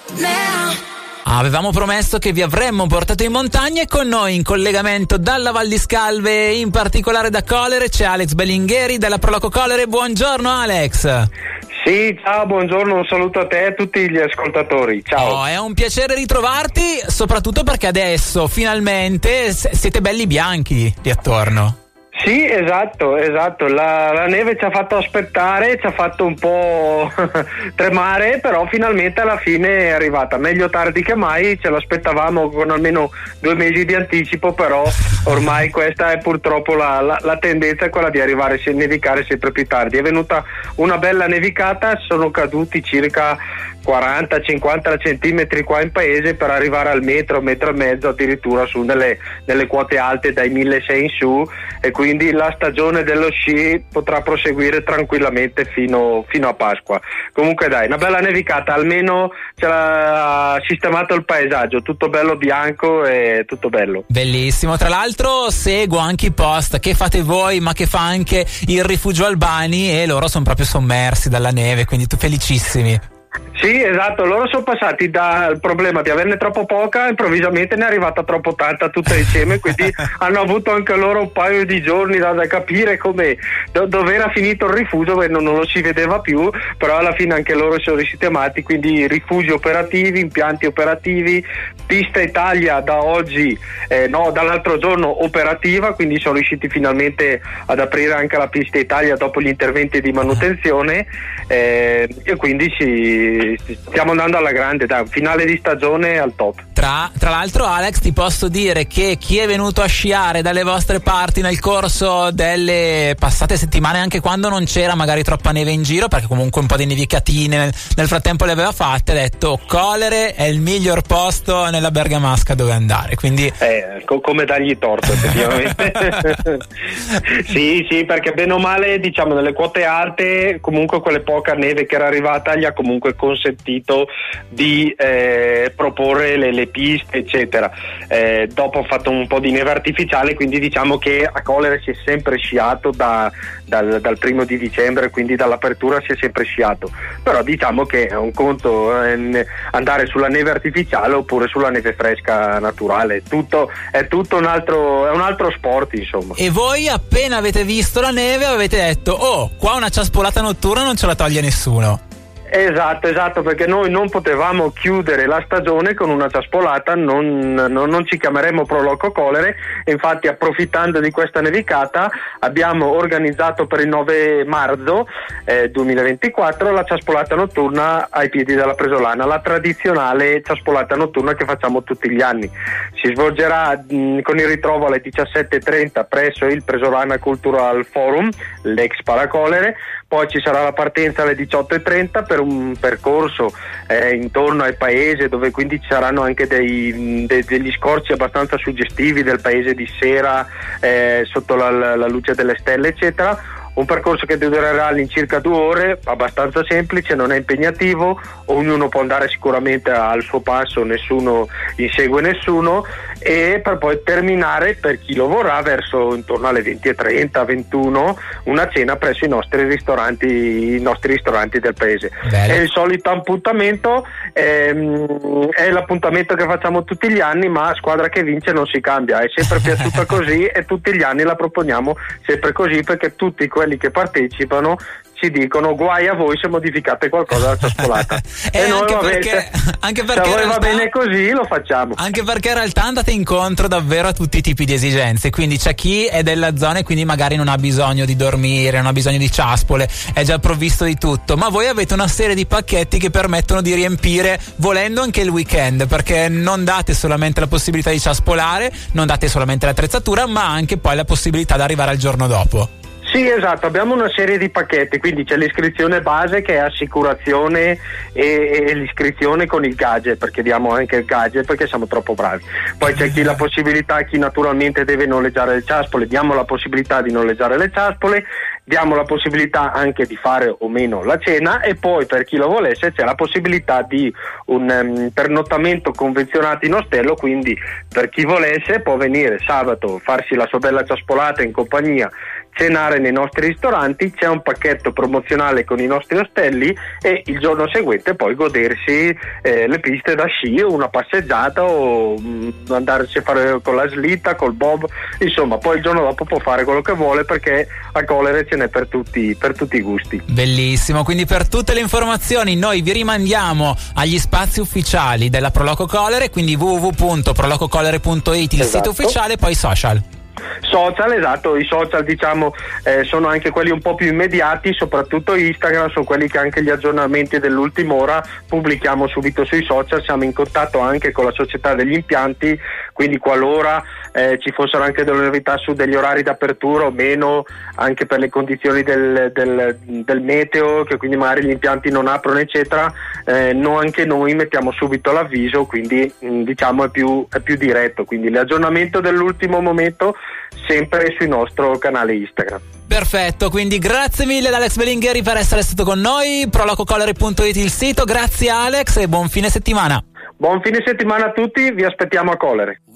Avevamo promesso che vi avremmo portato in montagna e con noi in collegamento dalla Val di Scalve, in particolare da Colere, c'è Alex Bellingheri della Proloco Colere. Buongiorno Alex. Sì, ciao, buongiorno, un saluto a te e a tutti gli ascoltatori, ciao. È un piacere ritrovarti, soprattutto perché adesso finalmente siete belli bianchi lì attorno. Sì, esatto, la neve ci ha fatto aspettare, ci ha fatto un po' tremare, però finalmente alla fine è arrivata, meglio tardi che mai, ce l'aspettavamo con almeno 2 mesi di anticipo, però ormai questa è purtroppo la tendenza, è quella di arrivare a nevicare sempre più tardi. È venuta una bella nevicata, sono caduti circa 40-50 centimetri qua in paese per arrivare al metro e mezzo addirittura su nelle quote alte dai 1600 in su, e quindi la stagione dello sci potrà proseguire tranquillamente fino a Pasqua. Comunque dai, una bella nevicata, almeno ce l'ha sistemato il paesaggio, tutto bello bianco e tutto bello. Bellissimo, tra l'altro seguo anche i post che fate voi ma che fa anche il Rifugio Albani e loro sono proprio sommersi dalla neve, quindi felicissimi. Sì, esatto, loro sono passati dal problema di averne troppo poca, improvvisamente ne è arrivata troppo tanta tutta insieme, quindi hanno avuto anche loro un paio di giorni da capire come dove era finito il rifugio, non lo si vedeva più, però alla fine anche loro si sono risistemati, quindi rifugi operativi, impianti operativi, pista Italia da oggi, dall'altro giorno operativa, quindi sono riusciti finalmente ad aprire anche la pista Italia dopo gli interventi di manutenzione, e quindi stiamo andando alla grande, dai, finale di stagione al top. Tra l'altro Alex, ti posso dire che chi è venuto a sciare dalle vostre parti nel corso delle passate settimane, anche quando non c'era magari troppa neve in giro, perché comunque un po' di nevicatine nel frattempo le aveva fatte, ha detto Colere è il miglior posto nella Bergamasca dove andare, quindi come dargli torto effettivamente. sì, perché bene o male, diciamo, nelle quote alte comunque quella poca neve che era arrivata gli ha comunque consentito di proporre le piste eccetera. Dopo ho fatto un po' di neve artificiale, quindi diciamo che a Colere si è sempre sciato dal 1° di dicembre, quindi dall'apertura si è sempre sciato, però diciamo che è un conto andare sulla neve artificiale oppure sulla neve fresca naturale, è tutto un altro sport, insomma. E voi appena avete visto la neve avete detto qua una ciaspolata notturna non ce la toglie nessuno. Esatto, perché noi non potevamo chiudere la stagione con una ciaspolata, non ci chiameremo Proloco Colere, infatti approfittando di questa nevicata abbiamo organizzato per il 9 marzo 2024 la ciaspolata notturna ai piedi della Presolana, la tradizionale ciaspolata notturna che facciamo tutti gli anni. Si svolgerà con il ritrovo alle 17:30 presso il Presolana Cultural Forum, l'ex Paracolere. Poi ci sarà la partenza alle 18:30 per un percorso intorno al paese, dove quindi ci saranno anche degli scorci abbastanza suggestivi del paese di sera sotto la luce delle stelle eccetera. Un percorso che durerà all'incirca 2 ore, abbastanza semplice, non è impegnativo, ognuno può andare sicuramente al suo passo, nessuno insegue nessuno, e per poi terminare, per chi lo vorrà, verso intorno alle 20:30, 21, una cena presso i nostri ristoranti del paese. Bello. È il solito appuntamento, è l'appuntamento che facciamo tutti gli anni, ma squadra che vince non si cambia, è sempre piaciuta così e tutti gli anni la proponiamo sempre così, perché tutti quelli che partecipano ci dicono guai a voi se modificate qualcosa alla ciaspolata. E noi anche perché se a voi va realtà, bene così lo facciamo. Anche perché in realtà andate incontro davvero a tutti i tipi di esigenze, quindi c'è chi è della zona e quindi magari non ha bisogno di dormire, non ha bisogno di ciaspole, è già provvisto di tutto, ma voi avete una serie di pacchetti che permettono di riempire volendo anche il weekend, perché non date solamente la possibilità di ciaspolare, non date solamente l'attrezzatura, ma anche poi la possibilità di arrivare al giorno dopo. Sì, esatto, abbiamo una serie di pacchetti, quindi c'è l'iscrizione base che è assicurazione e l'iscrizione con il gadget, perché diamo anche il gadget perché siamo troppo bravi. Poi c'è chi la possibilità, chi naturalmente deve noleggiare le ciaspole, diamo la possibilità di noleggiare le ciaspole, diamo la possibilità anche di fare o meno la cena, e poi per chi lo volesse c'è la possibilità di un pernottamento convenzionato in ostello, quindi per chi volesse può venire sabato, farsi la sua bella ciaspolata in compagnia cenare nei nostri ristoranti, c'è un pacchetto promozionale con i nostri ostelli e il giorno seguente poi godersi le piste da sci o una passeggiata o andarci a fare con la slitta, col bob, insomma poi il giorno dopo può fare quello che vuole perché a Colle ce n'è per tutti i gusti. Bellissimo, quindi per tutte le informazioni noi vi rimandiamo agli spazi ufficiali della Proloco Collere, quindi www.prolococollere.it il sito ufficiale, poi social, esatto, i social diciamo sono anche quelli un po' più immediati, soprattutto Instagram, sono quelli che anche gli aggiornamenti dell'ultima ora pubblichiamo subito sui social, siamo in contatto anche con la società degli impianti, quindi qualora ci fossero anche delle novità su degli orari d'apertura o meno, anche per le condizioni del meteo, che quindi magari gli impianti non aprono eccetera, anche noi mettiamo subito l'avviso, quindi diciamo è più diretto, quindi l'aggiornamento dell'ultimo momento sempre sul nostro canale Instagram. Perfetto, quindi grazie mille ad Alex Belingheri per essere stato con noi, prolococollere.it il sito, grazie Alex e buon fine settimana. Buon fine settimana a tutti, vi aspettiamo a Colle.